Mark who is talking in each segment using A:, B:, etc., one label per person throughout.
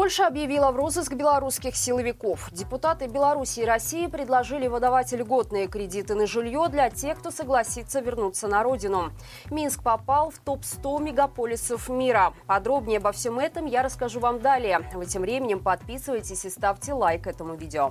A: Польша объявила в розыск белорусских силовиков. Депутаты Беларуси и России предложили выдавать льготные кредиты на жилье для тех, кто согласится вернуться на родину. Минск попал в топ-100 мегаполисов мира. Подробнее обо всем этом я расскажу вам далее. Вы тем временем подписывайтесь и ставьте лайк этому видео.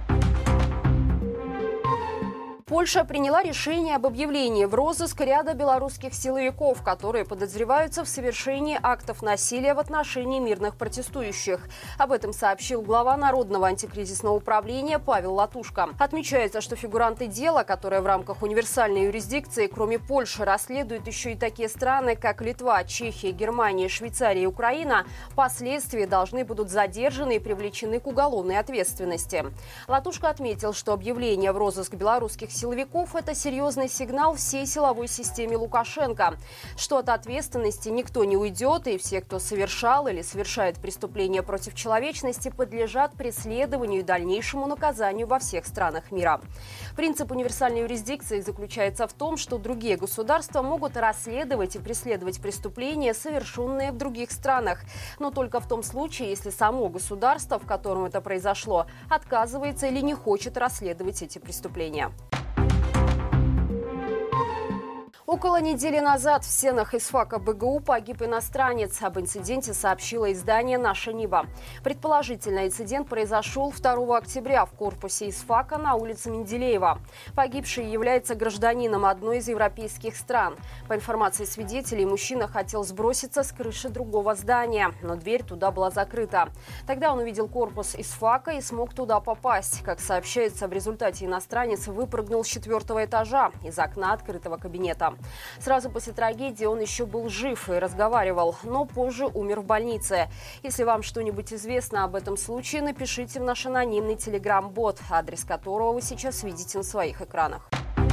A: Польша приняла решение об объявлении в розыск ряда белорусских силовиков, которые подозреваются в совершении актов насилия в отношении мирных протестующих. Об этом сообщил глава Народного антикризисного управления Павел Латушко. Отмечается, что фигуранты дела, которые в рамках универсальной юрисдикции, кроме Польши, расследуют еще и такие страны, как Литва, Чехия, Германия, Швейцария и Украина, впоследствии должны будут задержаны и привлечены к уголовной ответственности. Латушко отметил, что объявление в розыск белорусских силовиков – это серьезный сигнал всей силовой системе Лукашенко, что от ответственности никто не уйдет, и все, кто совершал или совершает преступления против человечности, подлежат преследованию и дальнейшему наказанию во всех странах мира. Принцип универсальной юрисдикции заключается в том, что другие государства могут расследовать и преследовать преступления, совершенные в других странах, но только в том случае, если само государство, в котором это произошло, отказывается или не хочет расследовать эти преступления. Около недели назад в стенах ИСФАКа БГУ погиб иностранец. Об инциденте сообщило издание «Наша Нива». Предположительно, инцидент произошел 2 октября в корпусе ИСФАКа на улице Менделеева. Погибший является гражданином одной из европейских стран. По информации свидетелей, мужчина хотел сброситься с крыши другого здания, но дверь туда была закрыта. Тогда он увидел корпус ИСФАКа и смог туда попасть. Как сообщается, в результате иностранец выпрыгнул с 4-го этажа из окна открытого кабинета. Сразу после трагедии он еще был жив и разговаривал, но позже умер в больнице. Если вам что-нибудь известно об этом случае, напишите в наш анонимный телеграм-бот, адрес которого вы сейчас видите на своих экранах.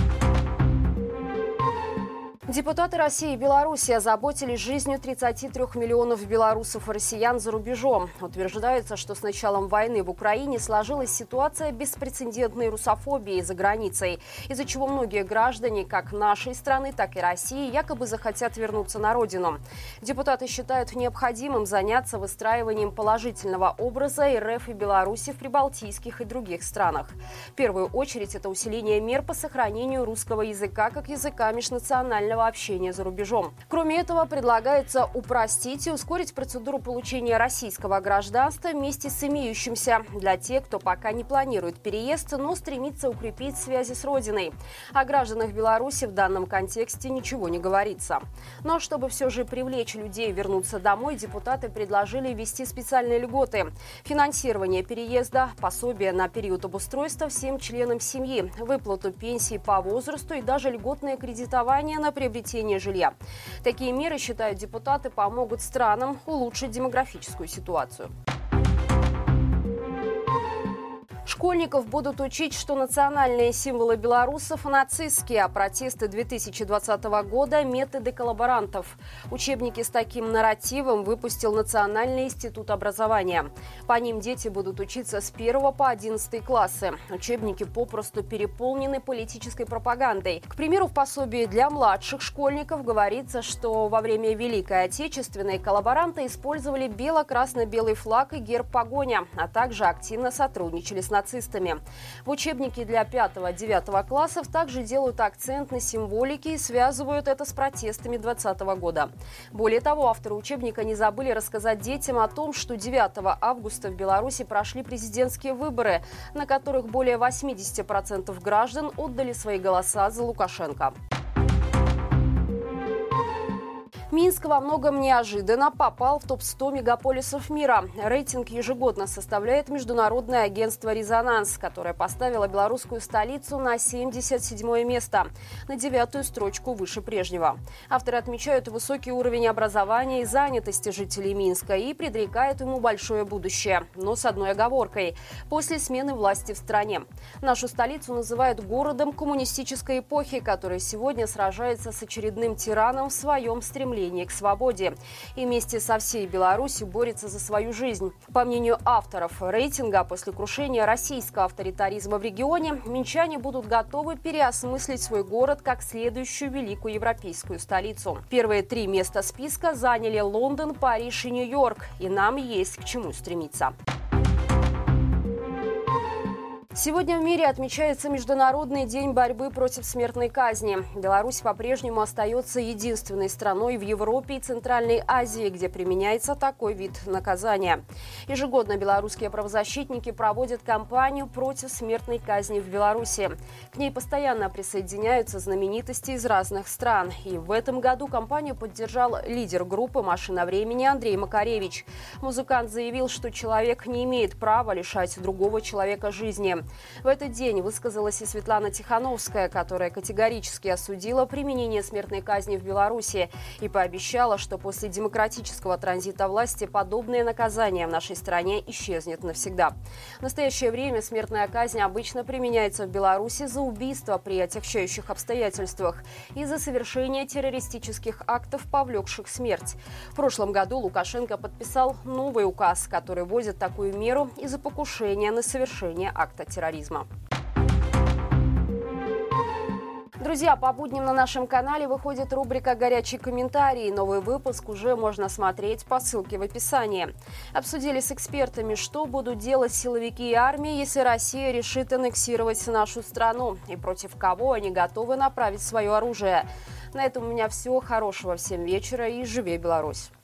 A: Депутаты России и Беларуси озаботились жизнью 33 миллионов белорусов и россиян за рубежом. Утверждается, что с началом войны в Украине сложилась ситуация беспрецедентной русофобии за границей, из-за чего многие граждане как нашей страны, так и России якобы захотят вернуться на родину. Депутаты считают необходимым заняться выстраиванием положительного образа РФ и Беларуси в прибалтийских и других странах. В первую очередь это усиление мер по сохранению русского языка как языка межнационального общения за рубежом. Кроме этого, предлагается упростить и ускорить процедуру получения российского гражданства вместе с имеющимся для тех, кто пока не планирует переезд, но стремится укрепить связи с родиной. О гражданах Беларуси в данном контексте ничего не говорится. Но чтобы все же привлечь людей вернуться домой, депутаты предложили ввести специальные льготы. Финансирование переезда, пособие на период обустройства всем членам семьи, выплату пенсии по возрасту и даже льготное кредитование на приобретение жилья. Такие меры, считают депутаты, помогут странам улучшить демографическую ситуацию. Школьников будут учить, что национальные символы белорусов нацистские, а протесты 2020 года – методы коллаборантов. Учебники с таким нарративом выпустил Национальный институт образования. По ним дети будут учиться с 1 по 11 классы. Учебники попросту переполнены политической пропагандой. К примеру, в пособии для младших школьников говорится, что во время Великой Отечественной коллаборанты использовали бело-красно-белый флаг и герб погоня, а также активно сотрудничали с нацистами. В учебнике для 5-9 классов также делают акцент на символике и связывают это с протестами 2020 года. Более того, авторы учебника не забыли рассказать детям о том, что 9 августа в Беларуси прошли президентские выборы, на которых более 80% граждан отдали свои голоса за Лукашенко. Минск во многом неожиданно попал в топ-100 мегаполисов мира. Рейтинг ежегодно составляет международное агентство «Резонанс», которое поставило белорусскую столицу на 77-е место, на 9-ю строчку выше прежнего. Авторы отмечают высокий уровень образования и занятости жителей Минска и предрекают ему большое будущее. Но с одной оговоркой – после смены власти в стране. Нашу столицу называют городом коммунистической эпохи, который сегодня сражается с очередным тираном в своем стремлении стремление к свободе и вместе со всей Беларусью борется за свою жизнь. По мнению авторов рейтинга, после крушения российского авторитаризма в регионе, минчане будут готовы переосмыслить свой город как следующую великую европейскую столицу. Первые 3 места списка заняли Лондон, Париж и Нью-Йорк, и нам есть к чему стремиться. Сегодня в мире отмечается Международный день борьбы против смертной казни. Беларусь по-прежнему остается единственной страной в Европе и Центральной Азии, где применяется такой вид наказания. Ежегодно белорусские правозащитники проводят кампанию против смертной казни в Беларуси. К ней постоянно присоединяются знаменитости из разных стран. И в этом году кампанию поддержал лидер группы «Машина времени» Андрей Макаревич. Музыкант заявил, что человек не имеет права лишать другого человека жизни. В этот день высказалась и Светлана Тихановская, которая категорически осудила применение смертной казни в Беларуси и пообещала, что после демократического транзита власти подобное наказание в нашей стране исчезнет навсегда. В настоящее время смертная казнь обычно применяется в Беларуси за убийство при отягчающих обстоятельствах и за совершение террористических актов, повлекших смерть. В прошлом году Лукашенко подписал новый указ, который вводит такую меру и за покушение на совершение акта терроризма. Друзья, по будням на нашем канале выходит рубрика «Горячие комментарии». Новый выпуск уже можно смотреть по ссылке в описании. Обсудили с экспертами, что будут делать силовики и армия, если Россия решит аннексировать нашу страну, и против кого они готовы направить свое оружие. На этом у меня все. Хорошего всем вечера и живи Беларусь!